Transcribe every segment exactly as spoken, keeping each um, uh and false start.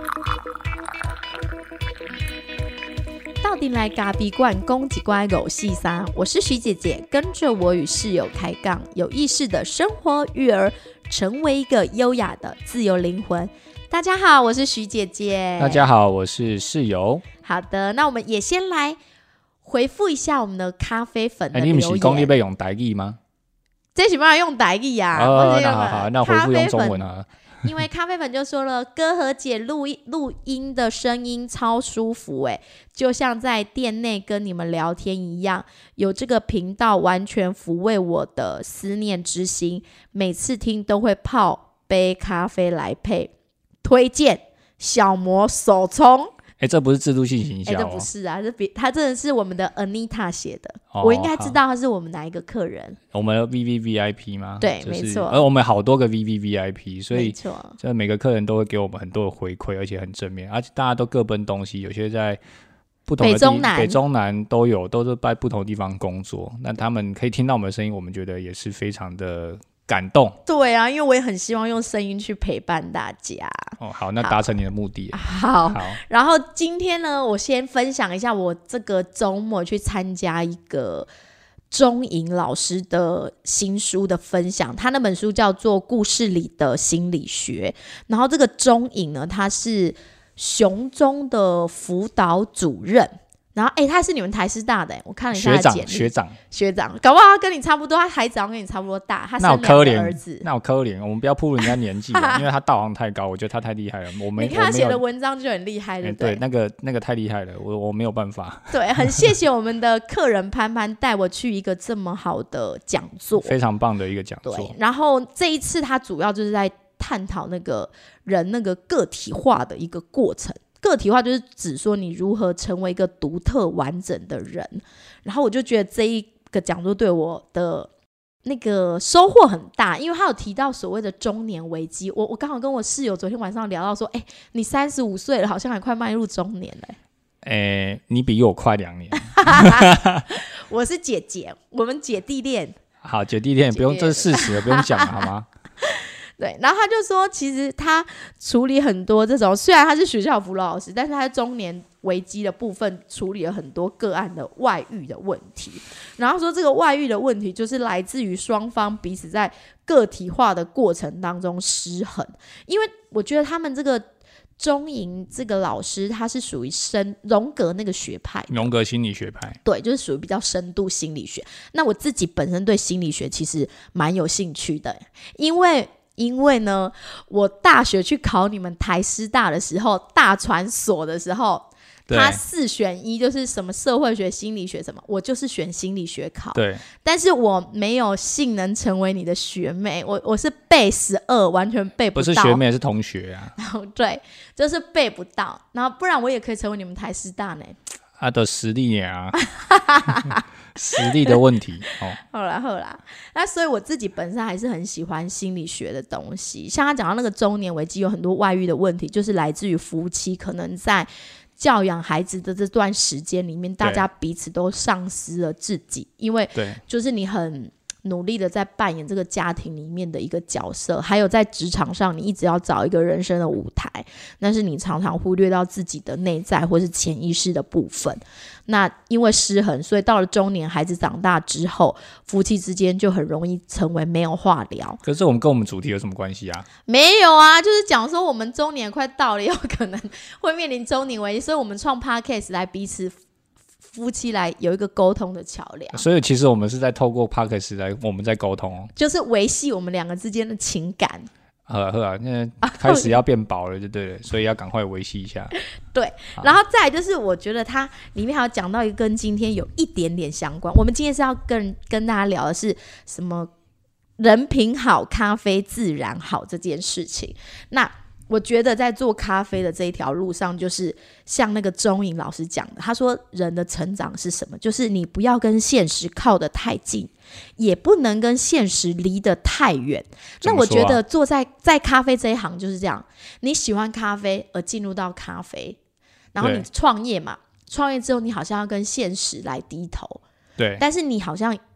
到底来咖啡馆攻击乖狗细沙，我是徐姐姐，跟着我与室友开杠，有意识的生活育儿，成为一个优雅的自由灵魂。大家好，我是徐姐姐。 大家好，我是室友。 好的，那我们也先来回复一下我们的咖啡粉的留言。 欸、你不是说你要用台语吗？ 这是不是用台语啊？ 哦，那好好，那回复用中文啊。 因为咖啡粉就说了，哥和姐录录音的声音超舒服哎，就像在店内跟你们聊天一样，有这个频道完全抚慰我的思念之心，每次听都会泡杯咖啡来配，推荐小魔手冲。 哎、欸，这不是制度性行销、哦， 哎、欸，这不是啊，这比他真的是我们的 Anita 写的、 哦， 我应该知道他是我们哪一个客人。 我们的 V V V I P 吗？ 对， 就是、 没错。 而我们好多个 V V V I P， 所以没错， 就每个客人都会给我们很多的回馈，而且很正面，而且大家都各奔东西，有些在不同的地北中南北中南都有，都是在不同的地方工作。那他们可以听到我们的声音，我们觉得也是非常的感动。 对啊，因为我也很希望用声音去陪伴大家。 哦，好，那达成你的目的。 好， 好， 然后今天呢，我先分享一下我这个周末去参加一个钟颖老师的新书的分享，他那本书叫做《故事里的心理学》。然后这个钟颖呢，他是雄中的辅导主任。然后，哎，他是你们台师大的，我看了一下他的简历， 学长， 学长，搞不好他跟你差不多，他孩子好像跟你差不多大，他生两个儿子。 那我可怜，我们不要暴露人家年纪了，因为他道行太高，我觉得他太厉害了。我没， 你看他写的文章就很厉害，对不对？ 欸、对，那个那个太厉害了，我我没有办法。 对，很谢谢我们的客人潘潘带我去一个这么好的讲座， 非常棒的一个讲座。 对，然后这一次他主要就是在探讨那个人那个个体化的一个过程。个体化就是指说你如何成为一个独特完整的人，然后我就觉得这一个讲座对我的那个收获很大，因为他有提到所谓的中年危机。我我刚好跟我室友昨天晚上聊到说，哎，你三十五岁了，好像还快迈入中年了。 哎、欸，你比我快两年。 我是姐姐，我们姐弟恋。 好，姐弟恋不用，这是事实了，不用讲了好吗？ 对，然后他就说，其实他处理很多这种，虽然他是学校辅导老师，但是他在中年危机的部分处理了很多个案的外遇的问题。然后说这个外遇的问题就是来自于双方彼此在个体化的过程当中失衡。因为我觉得他们这个钟颖这个老师，他是属于深荣格那个学派， 荣格心理学派， 对，就是属于比较深度心理学。那我自己本身对心理学其实蛮有兴趣的，因为。因为呢，我大学去考你们台师大的时候，大传所的时候，他四选一，就是什么社会学、心理学什么，我就是选心理学考。 对， 但是我没有幸能成为你的学妹，我我是背十二，完全背不到。 不是学妹，是同学啊。 然后对，就是背不到，然后不然我也可以成为你们台师大呢。 他的实力啊，实力的问题。哦， 好啦好啦，那所以我自己本身还是很喜欢心理学的东西。像他讲到那个中年危机，有很多外遇的问题，就是来自于夫妻可能在教养孩子的这段时间里面，大家彼此都丧失了自己，因为就是你很努力的在扮演这个家庭里面的一个角色，还有在职场上你一直要找一个人生的舞台，但是你常常忽略到自己的内在或是潜意识的部分。那因为失衡，所以到了中年孩子长大之后，夫妻之间就很容易成为没有话聊。 可是我们跟我们主题有什么关系啊？ 没有啊，就是讲说我们中年快到了，有可能会面临中年危机，所以我们创 podcast 来彼此夫妻来有一个沟通的桥梁。 所以其实我们是在透过 podcast 来我们在沟通哦， 就是维系我们两个之间的情感。 好啊好啊，那开始要变薄了就对了，所以要赶快维系一下。 对，然后再来就是我觉得它里面还有讲到一个跟今天有一点点相关，我们今天是要跟跟大家聊的是什么人品好咖啡自然好这件事情。那我觉得在做咖啡的这一条路上，就是像那个钟颖老师讲的，他说人的成长是什么，就是你不要跟现实靠得太近，也不能跟现实离得太远。那我觉得做在在咖啡这一行就是这样，你喜欢咖啡而进入到咖啡，然后你创业嘛，创业之后你好像要跟现实来低头， 对， 但是你好像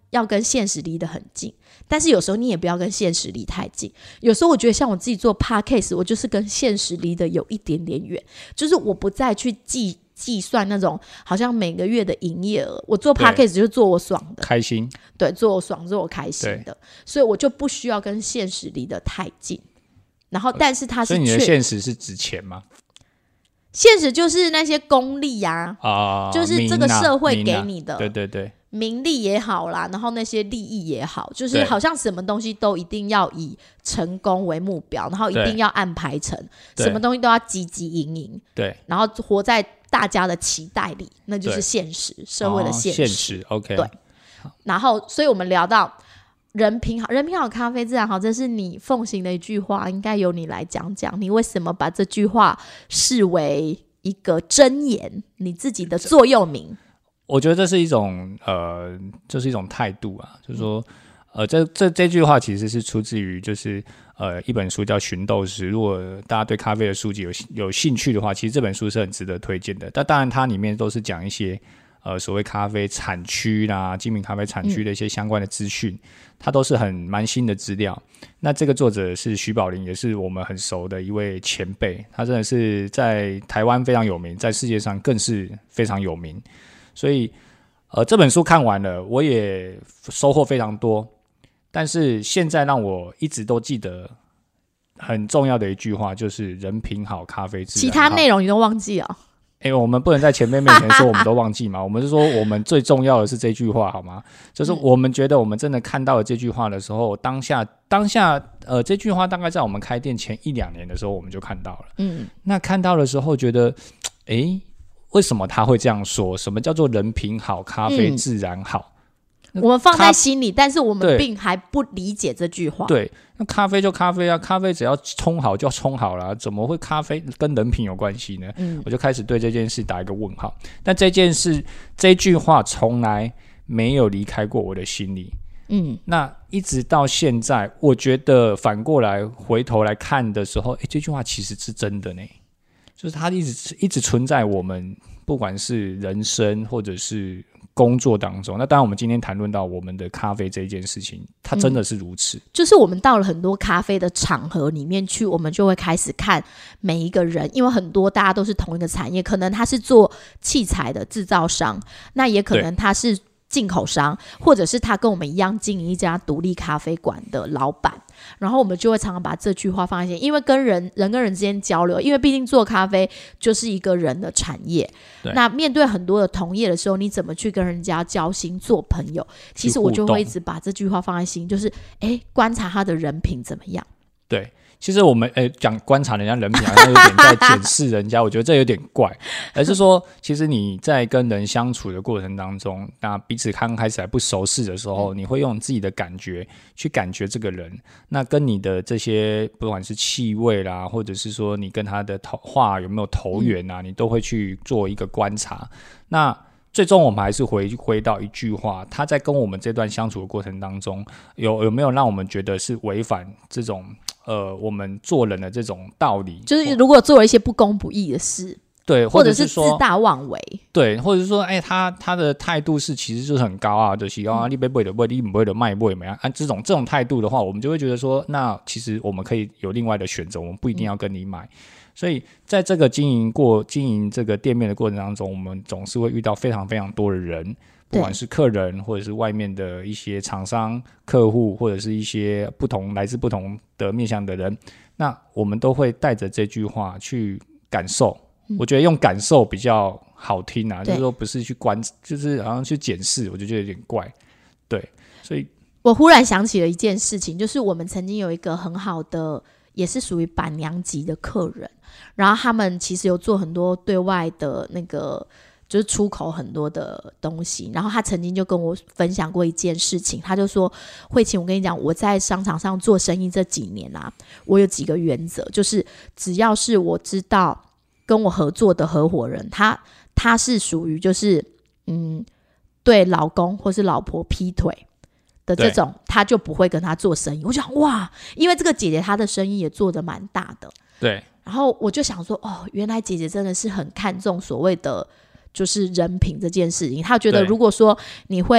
要跟现实离得很近，但是有时候你也不要跟现实离太近。有时候我觉得像我自己做 podcast， 我就是跟现实离得有一点点远，就是我不再去计计算那种好像每个月的营业额，我做 podcast 就是做我爽的， 开心， 对，做我爽，做我开心的，所以我就不需要跟现实离得太近。然后但是它是， 所以你的现实是指钱吗？ 现实就是那些功利啊， 啊， 就是这个社会给你的， 啊、对对对， 名利也好啦，然后那些利益也好，就是好像什么东西都一定要以成功为目标，然后一定要按排程，什么东西都要积极营营， 对， 然后活在大家的期待里，那就是现实，社会的现实。 哦、现实 ，OK， 对。然后，所以我们聊到人品好，人品好，咖啡自然好，这是你奉行的一句话，应该由你来讲讲，你为什么把这句话视为一个箴言，你自己的座右铭？ 我觉得这是一种呃，就是一种态度啊，就是说，呃，这这这句话其实是出自于就是呃一本书叫《寻斗士》，如果大家对咖啡的书籍有有兴趣的话，其实这本书是很值得推荐的。但当然，它里面都是讲一些呃所谓咖啡产区啦、精品咖啡产区的一些相关的资讯。嗯，它都是很蛮新的资料。那这个作者是徐宝林，也是我们很熟的一位前辈，他真的是在台湾非常有名，在世界上更是非常有名。所以，呃，这本书看完了，我也收获非常多。但是现在让我一直都记得很重要的一句话，就是人品好，咖啡自然好。 其他内容你都忘记了？ 欸，我们不能在前辈面前说我们都忘记嘛，我们是说我们最重要的是这句话，好吗？就是我们觉得我们真的看到了这句话的时候，当下当下呃这句话大概在我们开店前一两年的时候我们就看到了。嗯，那看到的时候觉得，诶，为什么他会这样说？什么叫做人品好，咖啡自然好？ 嗯，我们放在心里，但是我们并还不理解这句话。 对，那咖啡就咖啡啊，咖啡只要冲好就冲好了，怎么会咖啡跟人品有关系呢？嗯，我就开始对这件事打一个问号。但这件事这句话从来没有离开过我的心里。嗯，那一直到现在，我觉得反过来回头来看的时候，诶，这句话其实是真的呢，就是它一直一直存在我们不管是人生或者是工作当中。那当然我们今天谈论到我们的咖啡这一件事情，它真的是如此。嗯， 就是我们到了很多咖啡的场合里面去，我们就会开始看每一个人，因为很多大家都是同一个产业，可能他是做器材的制造商，那也可能他是进口商，或者是他跟我们一样经营一家独立咖啡馆的老板，然后我们就会常常把这句话放在心，因为跟人人跟人之间交流，因为毕竟做咖啡就是一个人的产业，那面对很多的同业的时候，你怎么去跟人家交心做朋友，其实我就会一直把这句话放在心，就是诶，观察他的人品怎么样。 对，其实我们诶讲观察人家人品好像有点在检视人家我觉得这有点怪，而是说其实你在跟人相处的过程当中，那彼此刚开始还不熟识的时候，你会用自己的感觉去感觉这个人，那跟你的这些不管是气味啦，或者是说你跟他的话有没有投缘啊，你都会去做一个观察。那最终我们还是回归到一句话，他在跟我们这段相处的过程当中，有有没有让我们觉得是违反这种呃我们做人的这种道理？ 就是如果做了一些不公不义的事， 对， 或者是自大妄为， 对，或者是说，哎、欸，他他的态度是其实就是很高啊，就是啊，你别不的不，你不会的卖不怎么样啊？这种这种态度的话，我们就会觉得说，那其实我们可以有另外的选择，我们不一定要跟你买。嗯，所以在这个经营过经营这个店面的过程当中，我们总是会遇到非常非常多的人，不管是客人或者是外面的一些厂商、客户，或者是一些不同来自不同的面向的人，那我们都会带着这句话去感受。嗯，我觉得用感受比较好听啊，就是说不是去观，就是好像去检视，我就觉得有点怪。对，所以我忽然想起了一件事情，就是我们曾经有一个很好的。也是属于板娘级的客人，然后他们其实有做很多对外的那个，就是出口很多的东西。然后他曾经就跟我分享过一件事情，他就说：“慧琴，我跟你讲，我在商场上做生意这几年啊，我有几个原则，就是只要是我知道跟我合作的合伙人，他他是属于就是嗯，对老公或是老婆劈腿。”的这种他就不会跟他做生意。我想哇，因为这个姐姐她的生意也做得蛮大的， 对。 然后我就想说，哦，原来姐姐真的是很看重所谓的就是人品这件事情。她觉得如果说你会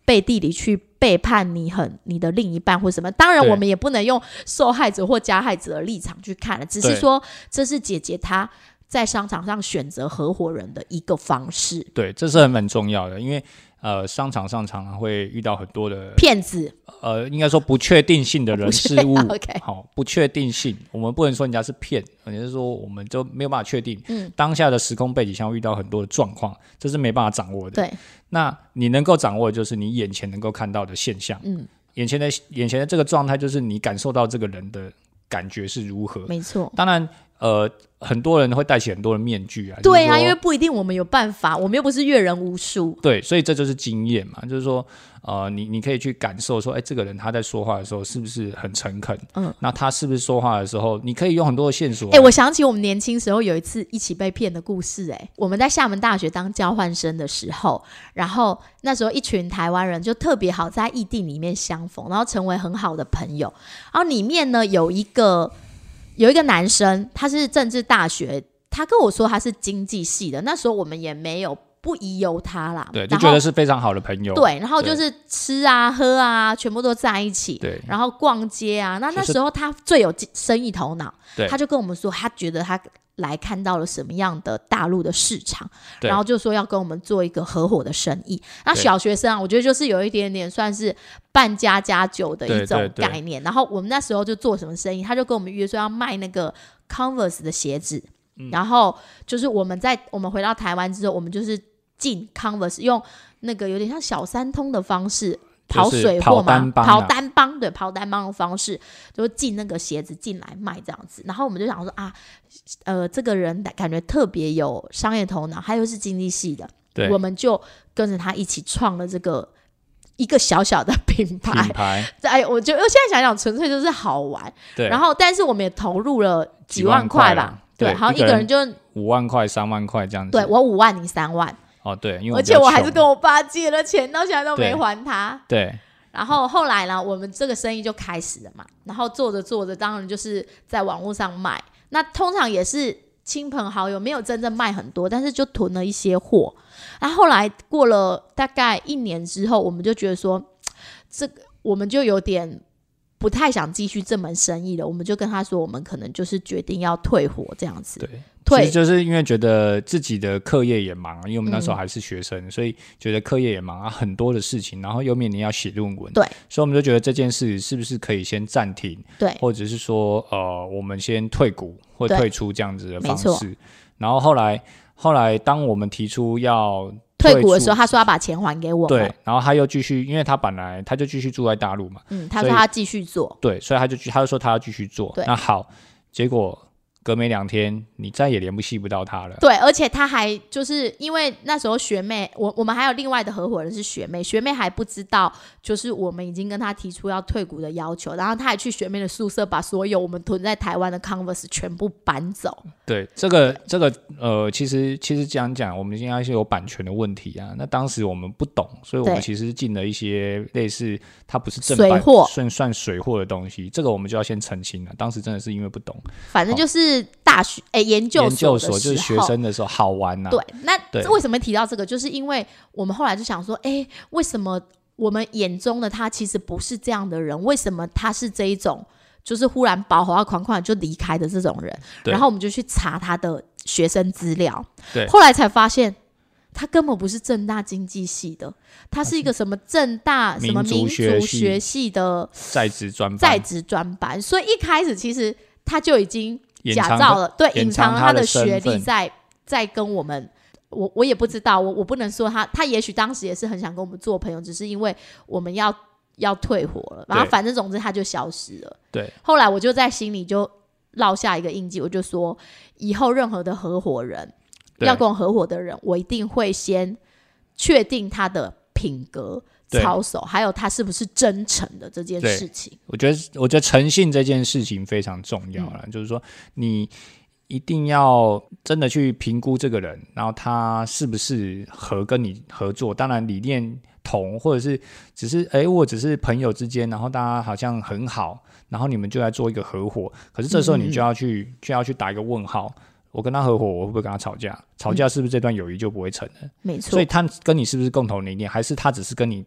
背地里去背叛你很你的另一半或什么。当然我们也不能用受害者或加害者的立场去看了，只是说这是姐姐她在商场上选择合伙人的一个方式。对， 这是很很重要的，因为呃，商场上常常会遇到很多的骗子， 呃，应该说不确定性的人事物。 OK， 好，不确定性，我们不能说人家是骗，也就是说我们就没有办法确定， 嗯， 当下的时空背景下会遇到很多的状况，这是没办法掌握的。 对， 那你能够掌握的就是你眼前能够看到的现象，嗯，眼前的眼前的这个状态就是你感受到这个人的感觉是如何。 没错， 当然。呃，很多人会戴起很多的面具啊。 对啊， 就是、 因为不一定我们有办法，我们又不是阅人无数。 对，所以这就是经验嘛，就是说，呃，你你可以去感受说，哎，这个人他在说话的时候是不是很诚恳？嗯，那他是不是说话的时候，你可以用很多的线索、啊。 哎，我想起我们年轻时候有一次一起被骗的故事、欸。哎，我们在厦门大学当交换生的时候，然后那时候一群台湾人就特别好在异地里面相逢，然后成为很好的朋友。然后里面呢有一个。有一个男生，他是政治大学，他跟我说他是经济系的，那时候我们也没有不疑有他啦， 对，就觉得是非常好的朋友， 对，然后就是吃啊喝啊全部都在一起， 对， 然后逛街啊，那那时候他最有生意头脑，对，他就跟我们说他觉得他来看到了什么样的大陆的市场，然后就说要跟我们做一个合伙的生意。那小学生啊，我觉得就是有一点点算是办家家酒的一种概念。对对对，然后我们那时候就做什么生意，他就跟我们约说要卖那个 Converse 的鞋子，嗯、然后就是我们在我们回到台湾之后，我们就是进 Converse 用那个有点像小三通的方式。跑水货嘛， 就是、跑单帮、啊、 跑单帮，对，跑单帮的方式，就进那个鞋子进来卖这样子。然后我们就想说啊，呃，这个人感觉特别有商业头脑，他又是经济系的，对，我们就跟着他一起创了这个一个小小的品牌。 品牌， 哎，我就现在想想，纯粹就是好玩。对，然后但是我们也投入了几万块吧，对，好像一个人就五万块、三万块这样子。 对，我五万，你三万。 哦，对，因为而且我还是跟我爸借了钱，到现在都没还他。 对， 然后后来呢，我们这个生意就开始了嘛。然后做着做着，当然就是在网络上卖。那通常也是亲朋好友，没有真正卖很多，但是就囤了一些货。然后后来过了大概一年之后，我们就觉得说，这个我们就有点不太想继续这门生意了。我们就跟他说，我们可能就是决定要退伙这样子。 对。其实就是因为觉得自己的课业也忙，因为我们那时候还是学生、嗯、所以觉得课业也忙啊，很多的事情，然后又面临要写论文， 对， 所以我们就觉得这件事是不是可以先暂停， 对， 或者是说呃我们先退股或退出这样子的方式。然后后来后来当我们提出要退股的时候，他说要把钱还给我们， 对，然后他又继续，因为他本来他就继续住在大陆嘛， 嗯，他说他继续做， 对，所以他就他就说他要继续做，那好，结果隔没两天，你再也联不系不到他了。 对，而且他还就是因为那时候学妹，我我们还有另外的合伙人是学妹，学妹还不知道，就是我们已经跟他提出要退股的要求，然后他还去学妹的宿舍把所有我们囤在台湾的 Converse 全部搬走。 对，这个这个呃，其实其实讲讲，我们应该是有版权的问题啊。那当时我们不懂，所以我们其实进了一些类似它不是正版水货， 算算水货的东西，这个我们就要先澄清了。当时真的是因为不懂， 反正就是。大学诶、欸，研究所的时候，研究所就是学生的时候好玩呐、啊。 对，那为什么提到这个？就是因为我们后来就想说，哎、欸，为什么我们眼中的他其实不是这样的人？为什么他是这一种，就是忽然饱和款款就离开的这种人？然后我们就去查他的学生资料，对，后来才发现他根本不是政大经济系的，他是一个什么政大什么民族学系的在职专班， 在职专班，所以一开始其实他就已经。假造了，对，隐藏了他的学历在，在跟我们，我我也不知道，我我不能说他，他也许当时也是很想跟我们做朋友，只是因为我们要要退伙了，然后反正总之他就消失了。对，后来我就在心里就烙下一个印记，我就说以后任何的合伙人要跟我合伙的人，我一定会先确定他的品格。操守还有他是不是真诚的这件事情， 我觉得我觉得诚信这件事情非常重要啦、嗯、就是说你一定要真的去评估这个人，然后他是不是合跟你合作，当然理念同，或者是只是哎我只是朋友之间，然后大家好像很好，然后你们就来做一个合伙，可是这时候你就要去、嗯、就要去打一个问号，我跟他合伙，我会不会跟他吵架？吵架是不是这段友谊就不会成了？ 没错。 所以他跟你是不是共同理念，还是他只是跟你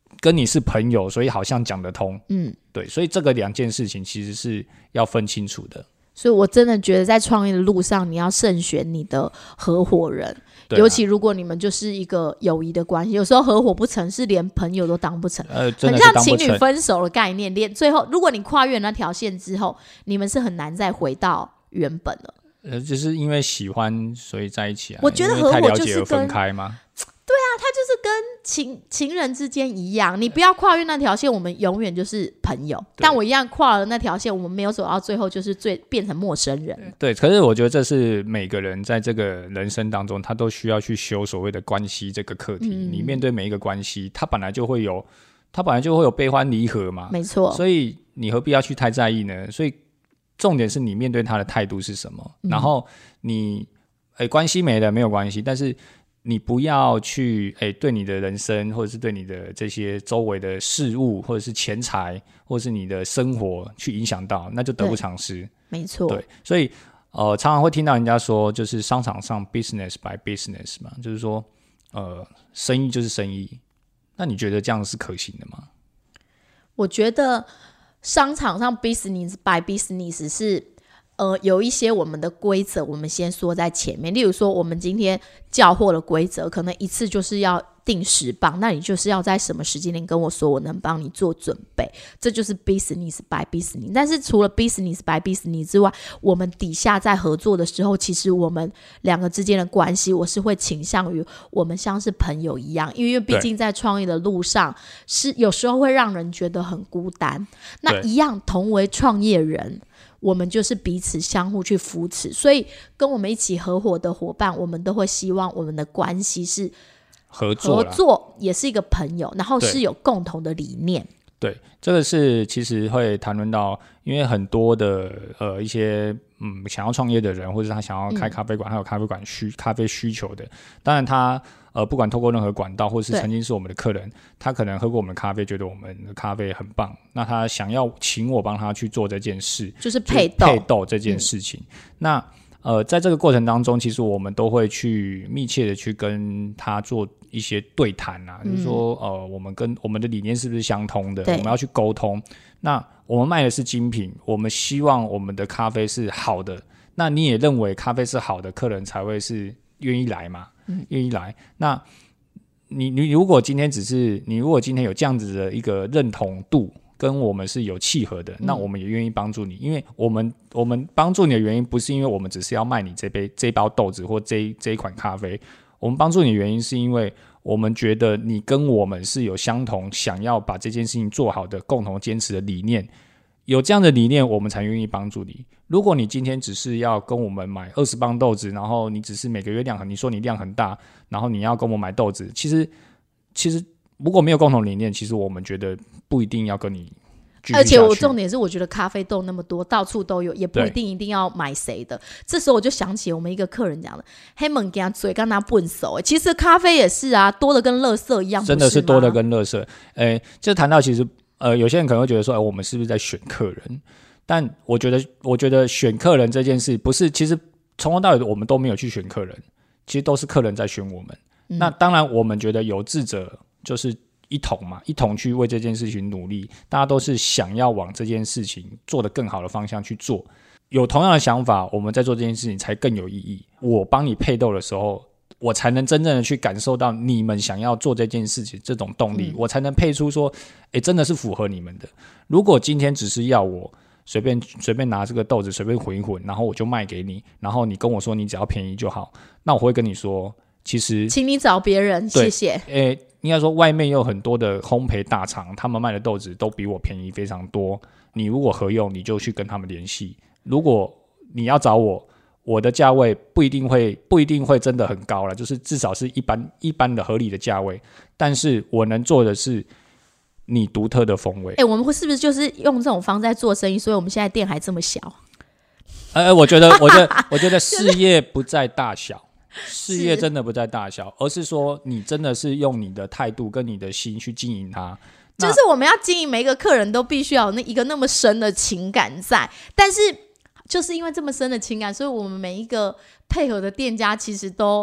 跟你是朋友，所以好像讲得通。 嗯， 对，所以这个两件事情其实是要分清楚的。 所以我真的觉得在创业的路上，你要慎选你的合伙人， 啊、 尤其如果你们就是一个友谊的关系，有时候合伙不成是连朋友都当不成， 呃，真的很像是当不成， 情侣分手的概念，连最后如果你跨越那条线之后，你们是很难再回到原本了。 呃，就是因为喜欢所以在一起啊。 我觉得合伙就是跟分开吗？ 对啊，他就是跟情情人之间一样，你不要跨越那条线，我们永远就是朋友。但我一样跨了那条线，我们没有走到最后，就是最变成陌生人。 对，可是我觉得这是每个人在这个人生当中，他都需要去修所谓的关系这个课题。嗯、你面对每一个关系，他本来就会有，他本来就会有悲欢离合嘛。 没错。 所以你何必要去太在意呢？所以重点是你面对他的态度是什么。嗯、然后你，哎，关系没了没有关系，但是你不要去、欸、对你的人生或者是对你的这些周围的事物或者是钱财或者是你的生活去影响到，那就得不偿失。 没错。 对，所以呃，常常会听到人家说就是商场上 business by business 嘛，就是说呃，生意就是生意。那你觉得这样是可行的吗？ 我觉得商场上 business by business 是呃，有一些我们的规则我们先说在前面，例如说我们今天叫货的规则可能一次就是要订十磅，那你就是要在什么时间点跟我说，我能帮你做准备，这就是 business by business。 但是除了 business by business 之外，我们底下在合作的时候，其实我们两个之间的关系我是会倾向于我们像是朋友一样，因为毕竟在创业的路上是有时候会让人觉得很孤单，那一样同为创业人，我们就是彼此相互去扶持，所以跟我们一起合伙的伙伴，我们都会希望我们的关系是合作， 合作也是一个朋友，然后是有共同的理念。 对，这个是其实会谈论到，因为很多的呃一些嗯想要创业的人，或者他想要开咖啡馆，还有咖啡馆需咖啡需求的，当然他呃不管透过任何管道，或是曾经是我们的客人，他可能喝过我们的咖啡，觉得我们的咖啡很棒，那他想要请我帮他去做这件事， 就是配豆配豆这件事情。嗯、那呃在这个过程当中，其实我们都会去密切的去跟他做一些对谈啊，就是说呃我们跟我们的理念是不是相通的，我们要去沟通。那我们卖的是精品，我们希望我们的咖啡是好的，那你也认为咖啡是好的，客人才会是愿意来嘛，愿、嗯、意来。那你你如果今天只是你如果今天有这样子的一个认同度，跟我们是有契合的，那我们也愿意帮助你，因为我们我们帮助你的原因不是因为我们只是要卖你这杯这包豆子或这这一款咖啡，我们帮助你的原因是因为我们觉得你跟我们是有相同想要把这件事情做好的共同坚持的理念，有这样的理念我们才愿意帮助你。如果你今天只是要跟我们买二十磅豆子，然后你只是每个月量很，你说你量很大，然后你要跟我买豆子，其实其实如果没有共同理念，其实我们觉得不一定要跟你继续下去。 而且我重点是我觉得咖啡豆那么多，到处都有，也不一定一定要买谁的。这时候我就想起我们一个客人讲的，黑门给他嘴跟他笨手，其实咖啡也是啊，多的跟垃圾一样， 真的是多的跟垃圾。诶，这谈到其实呃，有些人可能会觉得说，哎，我们是不是在选客人？但我觉得，我觉得选客人这件事不是，其实从头到尾我们都没有去选客人，其实都是客人在选我们。嗯、那当然，我们觉得有志者就是一同嘛，一同去为这件事情努力，大家都是想要往这件事情做得更好的方向去做。有同样的想法，我们在做这件事情才更有意义。我帮你配豆的时候，我才能真正的去感受到你们想要做这件事情这种动力，嗯、我才能配出说，哎，真的是符合你们的。如果今天只是要我随便随便拿这个豆子随便混一混，然后我就卖给你，然后你跟我说你只要便宜就好，那我会跟你说，其实请你找别人，谢谢。 诶，应该说外面有很多的烘焙大厂，他们卖的豆子都比我便宜非常多。你如果合用，你就去跟他们联系。如果你要找我，我的价位不一定会不一定会真的很高啦，就是至少是一般一般的合理的价位。但是我能做的是你独特的风味。 哎、欸，我们是不是就是用这种方式在做生意？所以我们现在店还这么小。 呃，我觉得，我觉得，我觉得事业不在大小，事业真的不在大小，而是说你真的是用你的态度跟你的心去经营它。 就是我们要经营每一个客人都必须要有那一个那么深的情感在，但是就是因为这么深的情感，所以我们每一个配合的店家其实都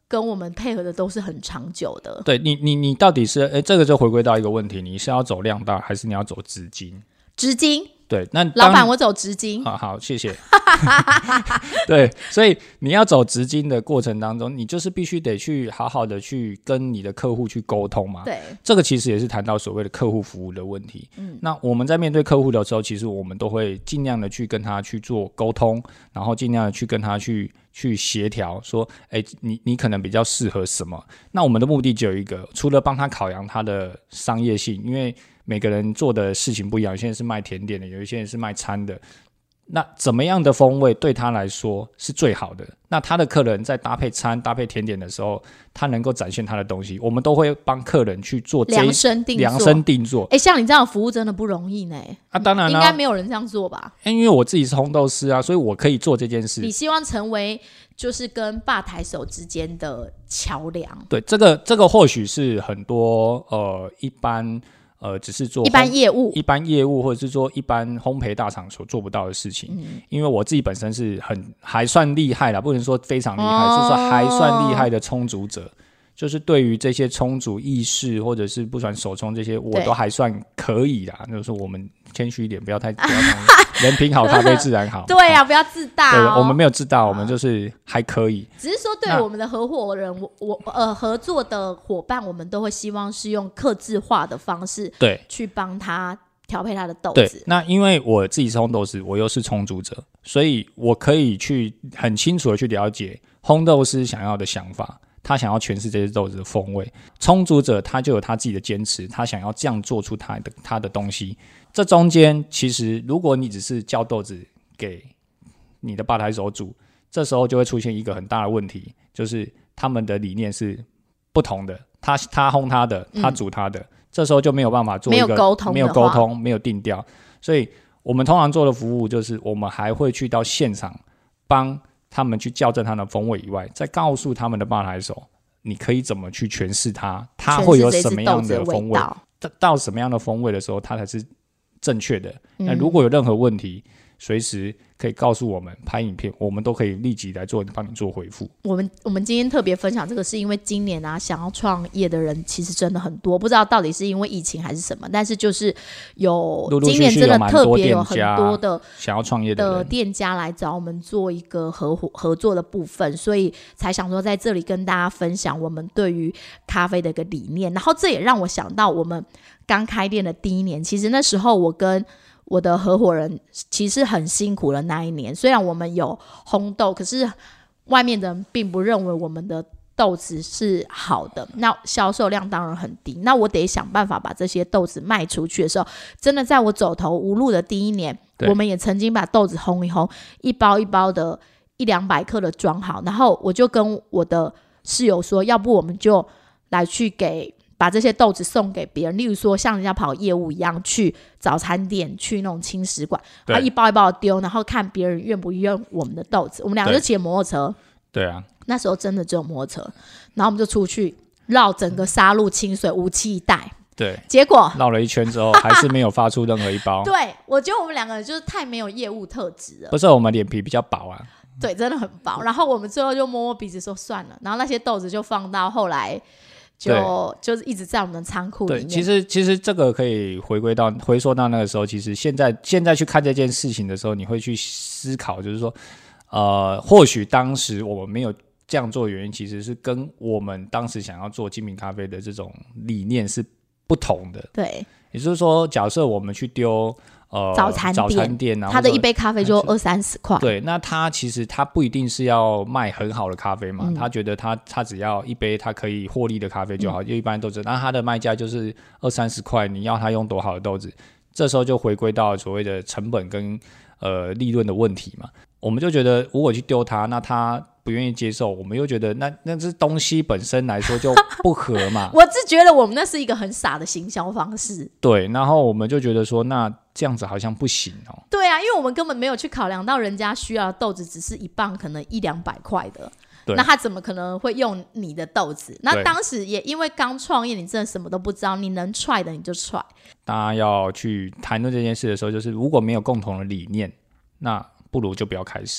跟我们配合的都是很长久的。 对你，你你到底是哎，这个就回归到一个问题，你是要走量大，还是你要走资金？ 资金。 对，那老板，我走直金。 好好，谢谢。对，所以你要走直金的过程当中，你就是必须得去好好的去跟你的客户去沟通嘛。 对， 这个其实也是谈到所谓的客户服务的问题。嗯，那我们在面对客户的时候，其实我们都会尽量的去跟他去做沟通，然后尽量的去跟他去去协调，说，哎，你你可能比较适合什么？那我们的目的只有一个，除了帮他考量他的商业性，因为每个人做的事情不一样，有些人是卖甜点的，有一些人是卖餐的。那怎么样的风味对他来说是最好的？那他的客人在搭配餐、搭配甜点的时候，他能够展现他的东西，我们都会帮客人去做量身定做。 量身定做。 哎，像你这样的服务真的不容易呢。 啊，当然啦， 应该没有人这样做吧？ 因为我自己是烘豆师啊，所以我可以做这件事。 你希望成为就是跟吧台手之间的桥梁？ 对，这个这个或许是很多呃一般。呃，只是做一般业务、 一般业务，或者是说一般烘焙大厂所做不到的事情。嗯、因为我自己本身是很还算厉害啦，不能说非常厉害，哦、是说还算厉害的冲煮者。就是对于这些冲煮意式或者是不管手冲这些，我都还算可以啦。就是说我们谦虚一点，不要太不要太人品好，咖啡自然好。 对啊，不要自大、哦。 对，我们没有自大，我们就是还可以。 只是说对我们的合伙人，我我呃合作的伙伴，我们都会希望是用客制化的方式， 对， 去帮他调配他的豆子。 对，那因为我自己是烘豆师，我又是冲煮者，所以我可以去很清楚的去了解烘豆师想要的想法。他想要诠释这些豆子的风味，冲煮者他就有他自己的坚持，他想要这样做出他的他的东西。这中间其实，如果你只是叫豆子给你的吧台手煮，这时候就会出现一个很大的问题，就是他们的理念是不同的。他他烘他的，他煮他的，嗯、这时候就没有办法做一个没有沟通， 没有沟通，没有定调。所以我们通常做的服务就是，我们还会去到现场帮他们去校正它的风味以外，再告诉他们的吧台手，你可以怎么去诠释它，它会有什么样的风味，到什么样的风味的时候，它才是正确的。嗯、那如果有任何问题，随时可以告诉我们，拍影片，我们都可以立即来做，帮你做回复。 我们我们今天特别分享这个，是因为今年啊，想要创业的人其实真的很多，不知道到底是因为疫情还是什么，但是就是有陆陆续续今年真的特别有很多的想要创业的店家来找我们做一个合伙合作的部分，所以才想说在这里跟大家分享我们对于咖啡的一个理念。然后这也让我想到我们刚开店的第一年，其实那时候我跟我的合伙人其实很辛苦了那一年，虽然我们有烘豆，可是外面的人并不认为我们的豆子是好的，那销售量当然很低，那我得想办法把这些豆子卖出去的时候，真的在我走投无路的第一年，我们也曾经把豆子烘一烘，一包一包的一两百克的装好，然后我就跟我的室友说，要不我们就来去给把这些豆子送给别人，例如说像人家跑业务一样，去早餐店，去那种轻食馆，然后一包一包的丢，然后看别人愿不愿我们的豆子。我们两个就骑摩托车， 对啊， 那时候真的只有摩托车，然后我们就出去绕整个沙鹿清水无期一带， 对， 结果绕了一圈之后还是没有发出任何一包。 对，我觉得我们两个人就是太没有业务特质了。 不是，我们脸皮比较薄啊。 对，真的很薄。然后我们最后就摸摸鼻子说算了，然后那些豆子就放到后来。就就是一直在我们的仓库里面。 对，其实其实这个可以回归到回溯到那个时候，其实现在现在去看这件事情的时候，你会去思考，就是说，呃，或许当时我们没有这样做的原因，其实是跟我们当时想要做精品咖啡的这种理念是不同的。 对， 也就是说，假设我们去丢。呃， 早餐店， 早餐店啊， 他的一杯咖啡就二三十块。 对，那他其实他不一定是要卖很好的咖啡嘛，嗯、他觉得他他只要一杯他可以获利的咖啡就好，因为、嗯、一般豆子，那他的卖价就是二三十块，你要他用多好的豆子，这时候就回归到所谓的成本跟呃利润的问题嘛。我们就觉得，如果去丢它，那他不愿意接受，我们又觉得那那这东西本身来说就不合嘛。 我是觉得我们那是一个很傻的行销方式。 对，然后我们就觉得说，那这样子好像不行哦。 对啊，因为我们根本没有去考量到人家需要的豆子只是一磅可能一两百块的，那他怎么可能会用你的豆子？那当时也因为刚创业，你真的什么都不知道，你能踹的你就踹。 大家要去谈论这件事的时候，就是如果没有共同的理念，那不如就不要开始。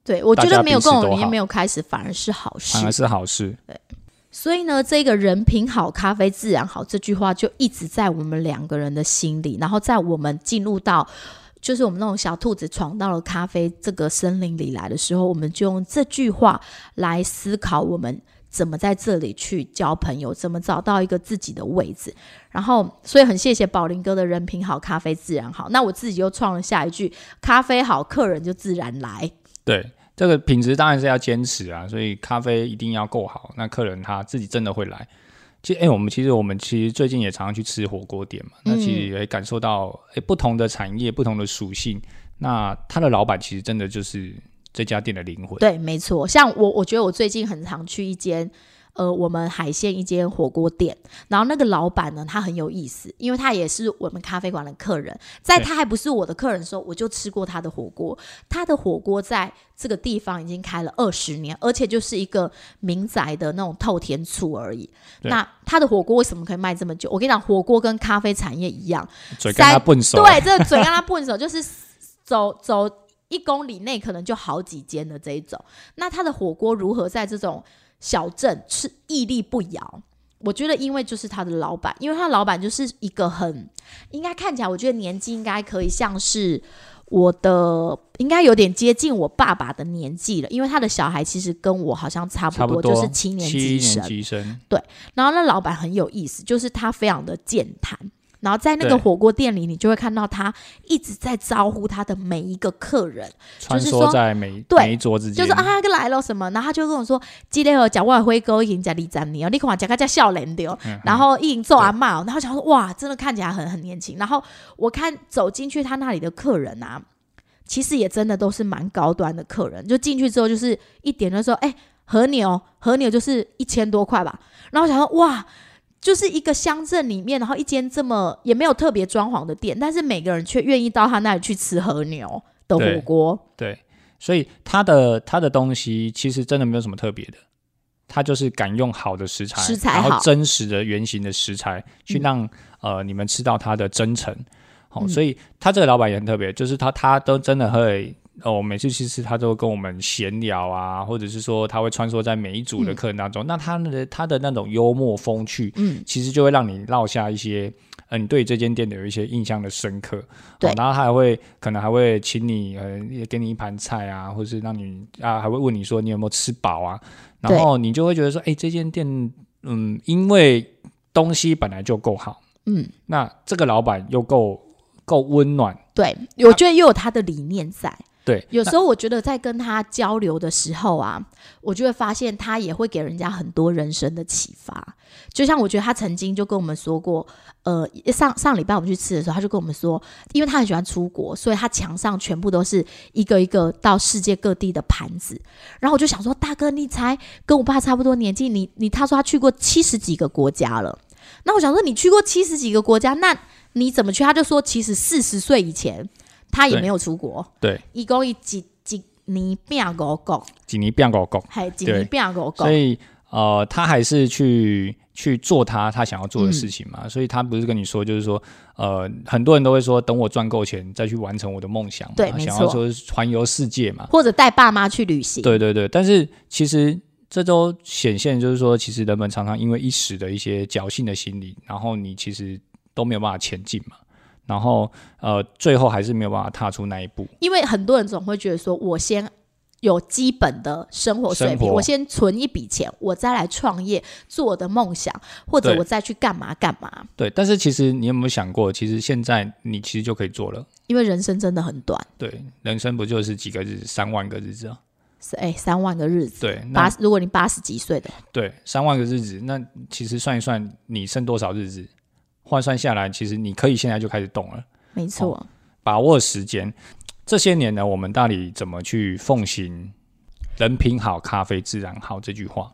对，我觉得没有共同理念没有开始反而是好事， 反而是好事。 对，所以呢，这个人品好，咖啡自然好这句话就一直在我们两个人的心里，然后在我们进入到就是我们那种小兔子闯到了咖啡这个森林里来的时候，我们就用这句话来思考我们怎么在这里去交朋友，怎么找到一个自己的位置。然后所以很谢谢宝林哥的人品好，咖啡自然好。那我自己又创了下一句，咖啡好，客人就自然来。 对，这个品质当然是要坚持啊，所以咖啡一定要够好，那客人他自己真的会来。其实，哎、欸，我们其实我们其实最近也常常去吃火锅店嘛，那其实也感受到，哎、欸，不同的产业、不同的属性，那他的老板其实真的就是这家店的灵魂。 对，没错。像我，我觉得我最近很常去一间。呃，我们海鲜一间火锅店，然后那个老板呢，他很有意思，因为他也是我们咖啡馆的客人，在他还不是我的客人的时候，我就吃过他的火锅。他的火锅在这个地方已经开了二十年，而且就是一个民宅的那种透天厝而已。那他的火锅为什么可以卖这么久？我跟你讲，火锅跟咖啡产业一样， 嘴跟他笨手， 对，这个嘴跟他笨手，就是走走一公里内可能就好几间的这一种。那他的火锅如何在这种小镇是屹立不摇？我觉得因为就是他的老板，因为他的老板就是一个很应该看起来我觉得年纪应该可以像是我的应该有点接近我爸爸的年纪了，因为他的小孩其实跟我好像差不多， 差不多就是七年级生， 七年级生。 对，然后那老板很有意思，就是他非常的健谈，然后在那个火锅店里你就会看到他一直在招呼他的每一个客人， 穿梭在每、 就是、 每一桌之间， 就是啊他来了什么，然后他就跟我说今天我讲我的火锅已经吃二十年了，你看我讲他叫少年的、嗯、然后已经做阿嬷，然后想说哇真的看起来很很年轻，然后我看走进去他那里的客人啊其实也真的都是蛮高端的客人，就进去之后就是一点就说哎、欸、和牛和牛就是一千多块吧，然后我想说哇就是一个乡镇里面，然后一间这么也没有特别装潢的店，但是每个人却愿意到他那里去吃和牛的火锅。 对，对，所以他的他的东西其实真的没有什么特别的，他就是敢用好的食材， 食材好， 然后真实的原型的食材去让、嗯、呃你们吃到他的真诚。好、哦嗯，所以他这个老板也很特别，就是他他都真的会。哦，我每次去吃，他都跟我们闲聊啊，或者是说他会穿梭在每一组的客人当中。嗯、那他的他的那种幽默风趣，嗯，其实就会让你落下一些，呃，你对这间店的有一些印象的深刻。 对， 哦、然后他还会可能还会请你，呃，也给你一盘菜啊，或是让你啊，还会问你说你有没有吃饱啊，然后你就会觉得说，哎，这间店，嗯，因为东西本来就够好，嗯，那这个老板又够够温暖， 对，我觉得又有他的理念在。 对， 有时候我觉得在跟他交流的时候啊，我就会发现他也会给人家很多人生的启发。就像我觉得他曾经就跟我们说过，呃，上上礼拜我们去吃的时候，他就跟我们说，因为他很喜欢出国，所以他墙上全部都是一个一个到世界各地的盘子。然后我就想说，大哥，你才跟我爸差不多年纪，你你他说他去过七十几个国家了。那我想说，你去过七十几个国家，那你怎么去？他就说，其实四十岁以前。他也没有出国， 对， 一共一几几年变五国， 几年变五国， 还几年变五国， 所以呃，他还是去去做他他想要做的事情嘛、嗯，所以他不是跟你说，就是说呃，很多人都会说，等我赚够钱再去完成我的梦想嘛， 对，没错， 想要说环游世界嘛， 或者带爸妈去旅行， 对对对，但是其实这都显现就是说，其实人们常常因为一时的一些侥幸的心理，然后你其实都没有办法前进嘛。然后，呃，最后还是没有办法踏出那一步， 因为很多人总会觉得说，我先有基本的生活水平，我先存一笔钱，我再来创业，做我的梦想，或者我再去干嘛干嘛。 对，但是其实你有没有想过，其实现在你其实就可以做了， 因为人生真的很短。 对，人生不就是几个日子，三万个日子啊？ 是哎，三万个日子。 对， 八如果你八十几岁的， 对，三万个日子，那其实算一算，你剩多少日子？换算下来，其实你可以现在就开始动了。 没错、哦， 把握时间。这些年呢，我们到底怎么去奉行“人品好，咖啡自然好”这句话？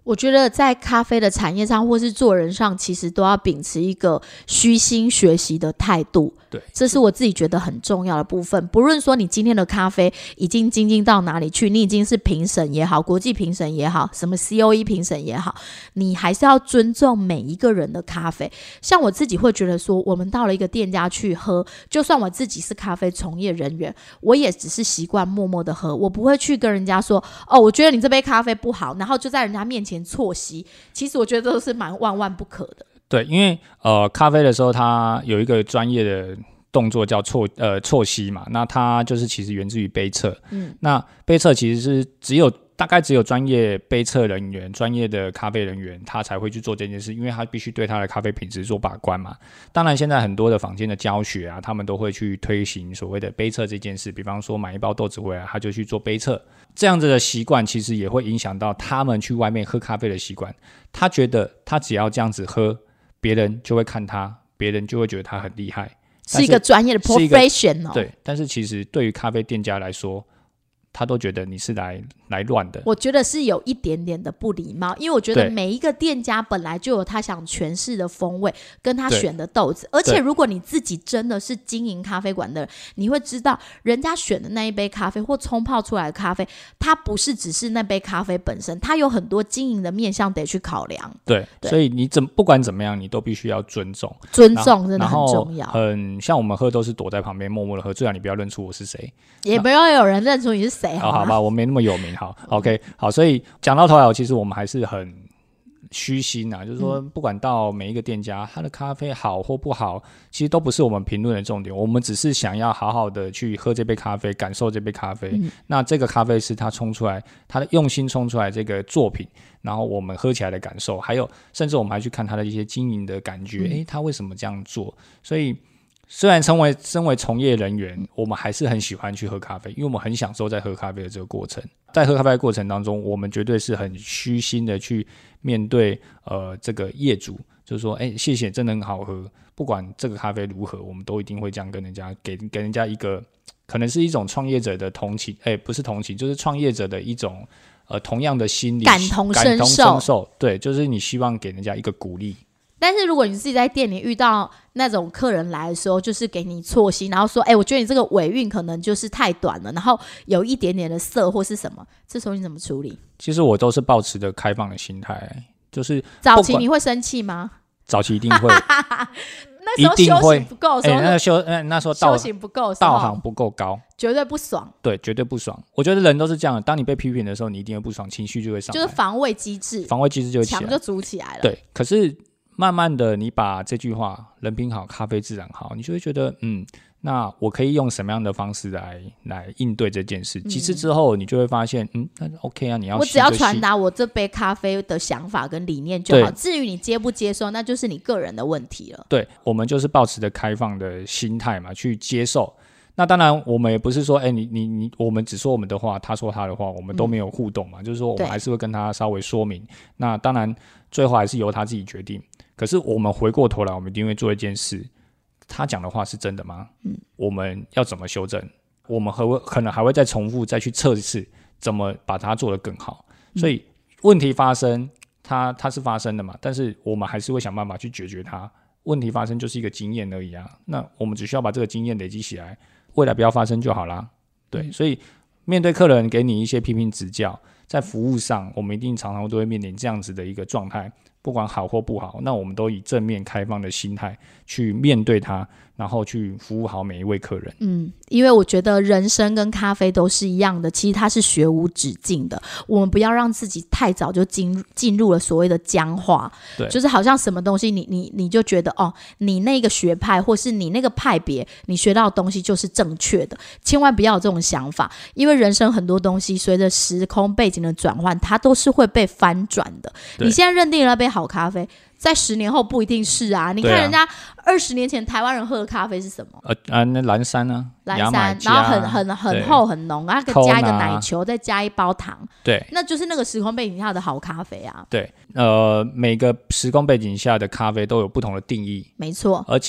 我觉得在咖啡的产业上或是做人上，其实都要秉持一个虚心学习的态度， 对， 这是我自己觉得很重要的部分。不论说你今天的咖啡已经精进到哪里去，你已经是评审也好，国际评审也好，什么 C O E 评审也好，你还是要尊重每一个人的咖啡。像我自己会觉得说，我们到了一个店家去喝，就算我自己是咖啡从业人员，我也只是习惯默默的喝，我不会去跟人家说，哦，我觉得你这杯咖啡不好，然后就在人家面前错吸，其实我觉得都是蛮万万不可的。 对，因为呃，咖啡的时候它有一个专业的动作叫错呃错吸嘛，那它就是其实源自于杯测。嗯，那杯测其实是只有大概只有专业杯测人员、专业的咖啡人员，他才会去做这件事，因为他必须对他的咖啡品质做把关嘛。当然，现在很多的坊间的教学啊，他们都会去推行所谓的杯测这件事，比方说买一包豆子回来，他就去做杯测。这样子的习惯其实也会影响到他们去外面喝咖啡的习惯。他觉得他只要这样子喝，别人就会看他，别人就会觉得他很厉害， 是一个专业的 professional。 对，但是其实对于咖啡店家来说，他都觉得你是来来乱的。 我觉得是有一点点的不礼貌，因为我觉得每一个店家本来就有他想诠释的风味跟他选的豆子，而且如果你自己真的是经营咖啡馆的人，你会知道人家选的那一杯咖啡或冲泡出来的咖啡，它不是只是那杯咖啡本身，它有很多经营的面向得去考量。 对, 对，所以你怎不管怎么样，你都必须要尊重尊重真的很重要。 很像我们喝都是躲在旁边默默的喝，最好你不要认出我是谁， 也不要有人认出你是谁。 好, 好吧，我没那么有名。好 OK 好，所以讲到头来，其实我们还是很虚心啊，就是说不管到每一个店家，他的咖啡好或不好，其实都不是我们评论的重点，我们只是想要好好的去喝这杯咖啡，感受这杯咖啡、嗯、那这个咖啡是他冲出来，他的用心冲出来这个作品，然后我们喝起来的感受，还有甚至我们还去看他的一些经营的感觉、嗯、诶他为什么这样做。所以虽然身为身为从业人员，我们还是很喜欢去喝咖啡，因为我们很享受在喝咖啡的这个过程。在喝咖啡的过程当中，我们绝对是很虚心的去面对呃这个业主，就是说，哎，谢谢，真的很好喝。不管这个咖啡如何，我们都一定会这样跟人家给给人家一个，可能是一种创业者的同情，哎，不是同情，就是创业者的一种呃同样的心理感同身受。 感同身受，对，就是你希望给人家一个鼓励。 但是如果你自己在店里遇到那种客人来的时候，就是给你错心，然后说，哎、欸，我觉得你这个尾韵可能就是太短了，然后有一点点的涩或是什么，这时候你怎么处理？ 其实我都是抱持着开放的心态，就是早期你会生气吗？ 早期一定会。 那时候修行不够的时候、 欸、那修、欸、那时候道修行不够的时候， 道行不够高， 绝对不爽。 对，绝对不爽。我觉得人都是这样的，当你被批评的时候，你一定会不爽，情绪就会上来， 就是防卫机制， 防卫机制就会起来， 墙就筑起来了。 对，可是慢慢的，你把这句话“人品好，咖啡自然好”，你就会觉得，嗯，那我可以用什么样的方式来来应对这件事？几次之后，你就会发现，嗯，那 OK 啊，你要我只要传达我这杯咖啡的想法跟理念就好，至于你接不接受，那就是你个人的问题了。 对，我们就是抱持着开放的心态嘛，去接受。那当然，我们也不是说，哎、欸，你你你，我们只说我们的话，他说他的话，我们都没有互动嘛。嗯、就是说，我们还是会跟他稍微说明。那当然，最后还是由他自己决定。可是我们回过头来，我们一定会做一件事：他讲的话是真的吗？嗯，我们要怎么修正？我们还会可能还会再重复再去测一次，怎么把它做得更好。嗯、所以问题发生，它它是发生的嘛，但是我们还是会想办法去解决它。问题发生就是一个经验而已啊，那我们只需要把这个经验累积起来，未来不要发生就好啦。对，嗯、所以面对客人给你一些批评指教，在服务上，我们一定常常都会面临这样子的一个状态。不管好或不好，那我们都以正面开放的心态去面对它，然后去服务好每一位客人。嗯， 因为我觉得人生跟咖啡都是一样的，其实它是学无止境的。我们不要让自己太早就进进入了所谓的僵化，对，就是好像什么东西你你你就觉得哦，你那个学派或是你那个派别，你学到的东西就是正确的，千万不要有这种想法，因为人生很多东西随着时空背景的转换，它都是会被翻转的。你现在认定了那杯好咖啡，在十年后不一定是啊。你看人家二十年前台湾人喝的咖啡是什么？ 呃啊，那蓝山啊， 蓝山，然后很很很厚很浓，然后加一个奶球，再加一包糖， 对， 那就是那个时空背景下的好咖啡啊。 对，呃，每个时空背景下的咖啡都有不同的定义， 没错。 而且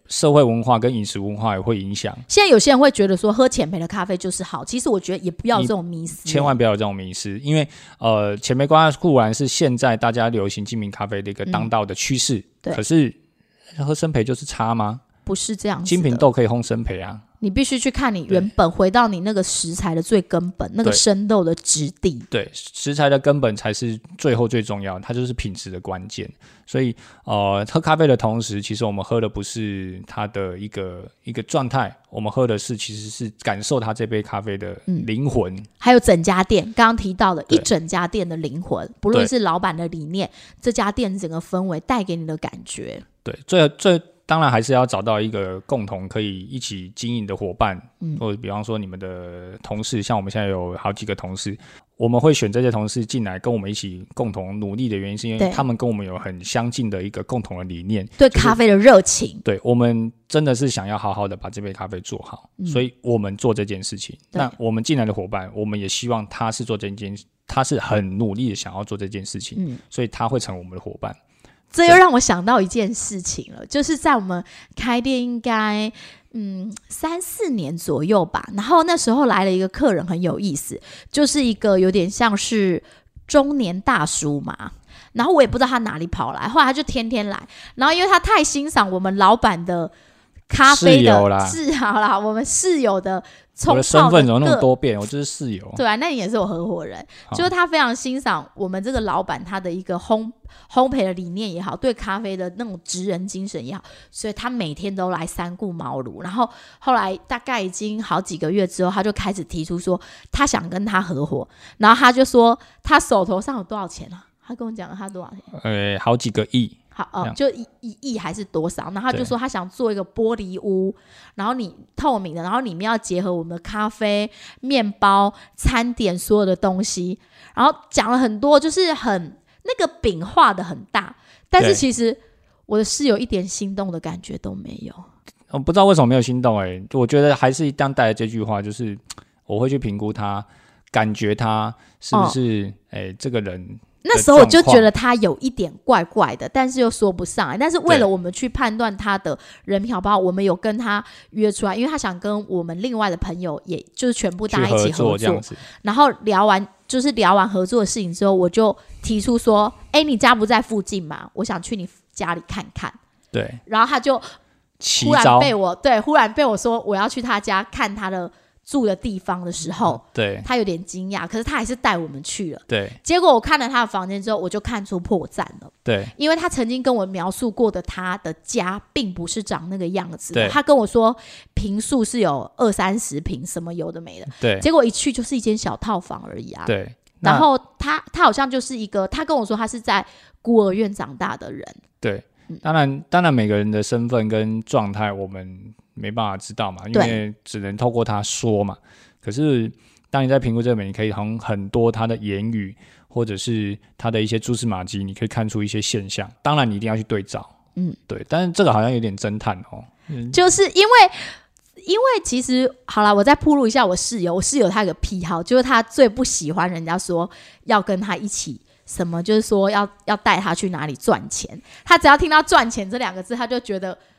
社会文化跟饮食文化也会影响。 现在有些人会觉得说喝浅焙的咖啡就是好，其实我觉得也不要有这种迷思， 千万不要有这种迷思，因为呃，浅焙咖啡固然是现在大家流行精品咖啡的一个当道的趋势、嗯，可是喝生焙就是差吗？ 不是这样子的， 精品豆可以烘生焙啊。 你必须去看你原本回到你那个食材的最根本，那个生豆的质地。 对，食材的根本才是最后最重要，它就是品质的关键。所以呃，喝咖啡的同时，其实我们喝的不是它的一个一个状态，我们喝的是其实是感受它这杯咖啡的灵魂、嗯、 还有整家店刚刚提到的一整家店的灵魂，不论是老板的理念，这家店整个氛围带给你的感觉。 对，最最当然还是要找到一个共同可以一起经营的伙伴、嗯、或者比方说你们的同事，像我们现在有好几个同事，我们会选这些同事进来跟我们一起共同努力的原因是因为他们跟我们有很相近的一个共同的理念， 对咖啡的热情、就是、 对，我们真的是想要好好的把这杯咖啡做好、嗯、所以我们做这件事情。那我们进来的伙伴，我们也希望他是做这件他是很努力的想要做这件事情、嗯、所以他会成为我们的伙伴。 这又让我想到一件事情了，就是在我们开店应该嗯三四年左右吧，然后那时候来了一个客人很有意思，就是一个有点像是中年大叔嘛，然后我也不知道他哪里跑来，后来他就天天来，然后因为他太欣赏我们老板的咖啡的是好啦，我们室友的冲泡的， 我的身份怎么那么多变？我就是室友。 对啊，那你也是我合伙人，就是他非常欣赏我们这个老板他的一个烘烘焙的理念也好，对咖啡的那种职人精神也好，所以他每天都来三顾茅庐。然后后来大概已经好几个月之后，他就开始提出说他想跟他合伙，然后他就说他手头上有多少钱啊？他跟我讲他多少钱？ 呃，好几个亿。 好哦，就一一亿还是多少？然后他就说他想做一个玻璃屋，然后你透明的，然后里面要结合我们的咖啡、面包、餐点所有的东西，然后讲了很多，就是很那个饼画的很大，但是其实我的室友一点心动的感觉都没有。 我不知道为什么没有心动哎、欸，我觉得还是当带来这句话，就是我会去评估他，感觉他是不是哎、哦欸、这个人。 那时候我就觉得他有一点怪怪的，但是又说不上来。但是为了我们去判断他的人品好不好，我们有跟他约出来，因为他想跟我们另外的朋友，也就是全部大家一起合作。 合作这样子。然后聊完就是聊完合作的事情之后，我就提出说：“哎，你家不在附近吗？我想去你家里看看。” 对。 然后他就忽然被我对，忽然被我说我要去他家看他的住的地方的时候， 对， 他有点惊讶，可是他还是带我们去了。 对， 结果我看了他的房间之后，我就看出破绽了。 对， 因为他曾经跟我描述过的他的家，并不是长那个样子的。他跟我说坪数是有二三十坪，什么有的没的。 对， 结果一去就是一间小套房而已啊。 对， 然后他他好像就是一个，他跟我说他是在孤儿院长大的人。 对，当然，当然每个人的身份跟状态，我们没办法知道嘛，因为只能透过他说嘛。可是当你在评估这个美，你可以从很多他的言语或者是他的一些蛛丝马迹，你可以看出一些现象。当然你一定要去对照，嗯，对。但是这个好像有点侦探哦， 嗯、就是因为因为其实好啦，我再铺路一下我室友，我室友他有个癖好，就是他最不喜欢人家说要跟他一起。什么就是说要要带他去哪里赚钱，他只要听到赚钱这两个字，他就觉得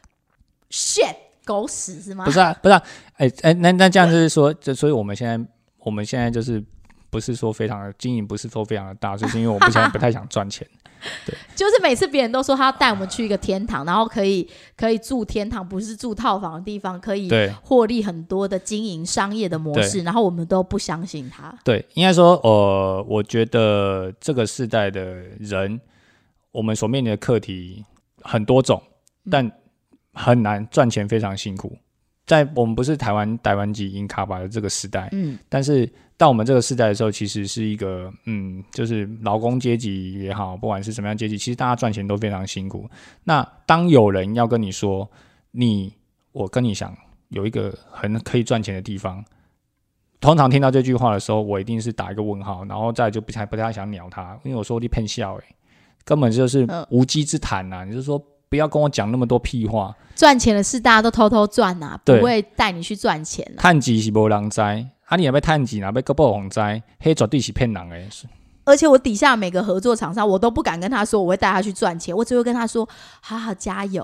shit 狗屎是吗？ 不是啊，不是啊，哎、欸、哎、欸，那那这样就是说，就所以我们现在我们现在就是不是说非常的经营，不是说非常的大，就是因为我们现在不太想赚钱。对， 就是每次别人都说他要带我们去一个天堂，然后可以可以住天堂，不是住套房的地方，可以获利很多的经营商业的模式，然后我们都不相信他。 对，应该说，呃，我觉得这个世代的人，我们所面临的课题很多种，但很难赚钱，非常辛苦。在我们不是台湾台湾籍英卡巴的这个时代，嗯，但是到我们这个时代的时候，其实是一个嗯，就是劳工阶级也好，不管是什么样阶级，其实大家赚钱都非常辛苦。那当有人要跟你说，你我跟你想有一个很可以赚钱的地方，通常听到这句话的时候，我一定是打一个问号，然后再来就不太不太想鸟他，因为我说你骗笑哎，根本就是无稽之谈呐、啊！你就说不要跟我讲那么多屁话。 赚钱的事大家都偷偷赚啊，不会带你去赚钱啊。 趁钱是没人知，啊你若要趁钱，若要搁报红知，迄绝对是骗人的。 而且我底下每个合作厂商，我都不敢跟他说我会带他去赚钱，我只会跟他说好好加油，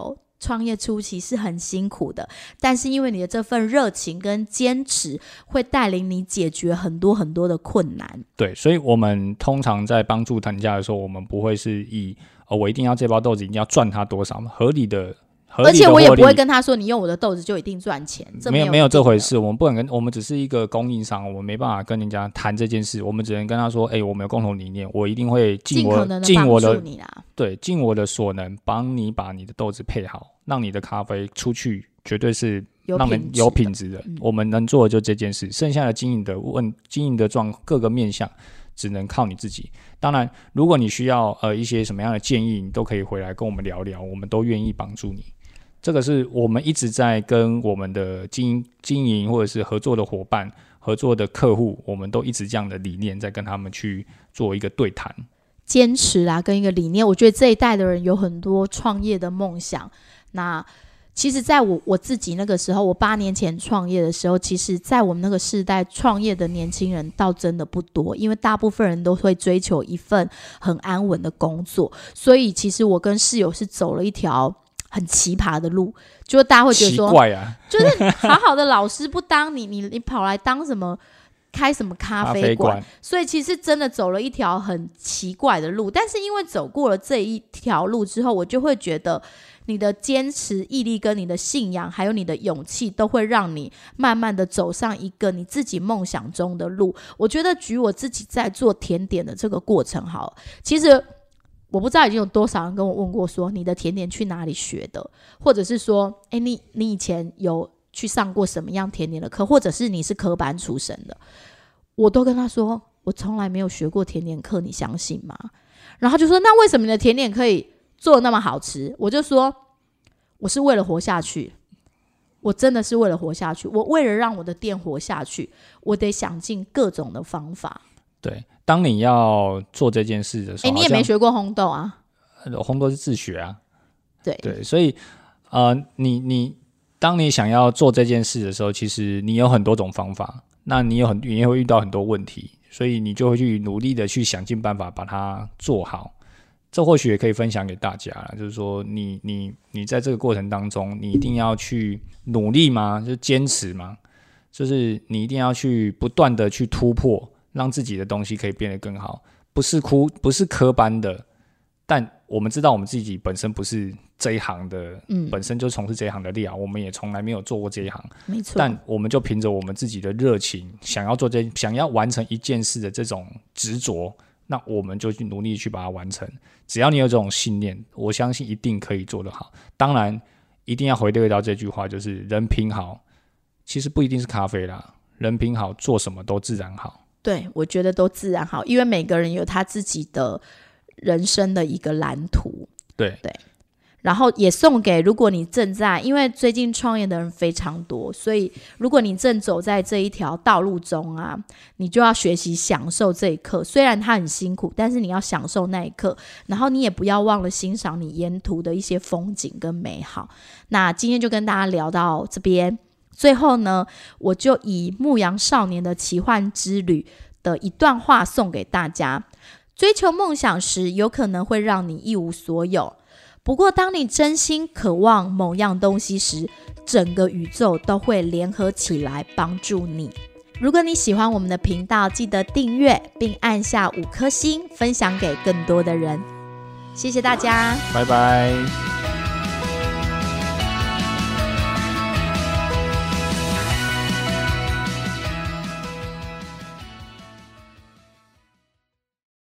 创业初期是很辛苦的，但是因为你的这份热情跟坚持会带领你解决很多很多的困难。 对，所以我们通常在帮助谈家的时候，我们不会是以、哦、我一定要这包豆子一定要赚它多少，合理的而且我也不会跟他说你用我的豆子就一定赚钱，这没有没有这回事。我们不能跟我们只是一个供应商，我们没办法跟人家谈这件事，我们只能跟他说，哎、欸，我们有共同理念，我一定会尽我尽我的对尽我的所能帮你把你的豆子配好，让你的咖啡出去绝对是让人有品质的。嗯、我们能做的就这件事，剩下的经营的问经营的状各个面向。只能靠你自己。当然，如果你需要呃一些什么样的建议，你都可以回来跟我们聊聊，我们都愿意帮助你。这个是我们一直在跟我们的经营、经营或者是合作的伙伴、合作的客户，我们都一直这样的理念在跟他们去做一个对谈。 坚持啊，跟一个理念，我觉得这一代的人有很多创业的梦想。那其实在我我自己那个时候，我八年前创业的时候，其实在我们那个世代创业的年轻人倒真的不多，因为大部分人都会追求一份很安稳的工作，所以其实我跟室友是走了一条很奇葩的路，就是大家会觉得说， 奇怪啊， 就是好好的老师不当你，你你跑来当什么？开什么咖啡馆，所以其实真的走了一条很奇怪的路。但是因为走过了这一条路之后，我就会觉得你的坚持、毅力跟你的信仰还有你的勇气都会让你慢慢的走上一个你自己梦想中的路。我觉得举我自己在做甜点的这个过程好了，其实我不知道已经有多少人跟我问过说你的甜点去哪里学的，或者是说诶你你以前有去上过什么样甜点的课，或者是你是科班出身的，我都跟他说我从来没有学过甜点课，你相信吗？然后他就说那为什么你的甜点可以做得那么好吃？我就说我是为了活下去，我真的是为了活下去，我为了让我的店活下去，我得想尽各种的方法。 对，当你要做这件事的时候， 欸，你也没学过烘豆啊？ 烘豆是自学啊。 对对，所以呃，你你当你想要做这件事的时候，其实你有很多种方法，那你有很你也会遇到很多问题，所以你就会去努力的去想尽办法把它做好。这或许也可以分享给大家啦，就是说你你你在这个过程当中，你一定要去努力吗？就是坚持吗？就是你一定要去不断的去突破，让自己的东西可以变得更好，不是科不是科班的。但我们知道我们自己本身不是这一行的，嗯，本身就从事这一行的料，我们也从来没有做过这一行， 没错。 但我们就凭着我们自己的热情，想要做这想要完成一件事的这种执着，那我们就去努力去把它完成。只要你有这种信念，我相信一定可以做得好。当然，一定要回对到这句话，就是人品好，其实不一定是咖啡啦，人品好，做什么都自然好。 对，我觉得都自然好，因为每个人有他自己的人生的一个蓝图。 对对，然后也送给如果你正在，因为最近创业的人非常多，所以如果你正走在这一条道路中啊，你就要学习享受这一刻，虽然它很辛苦，但是你要享受那一刻，然后你也不要忘了欣赏你沿途的一些风景跟美好。那今天就跟大家聊到这边，最后呢，我就以牧羊少年的奇幻之旅的一段话送给大家。追求梦想时，有可能会让你一无所有，不过当你真心渴望某样东西时，整个宇宙都会联合起来帮助你。如果你喜欢我们的频道，记得订阅并按下五颗星，分享给更多的人。谢谢大家， 拜拜。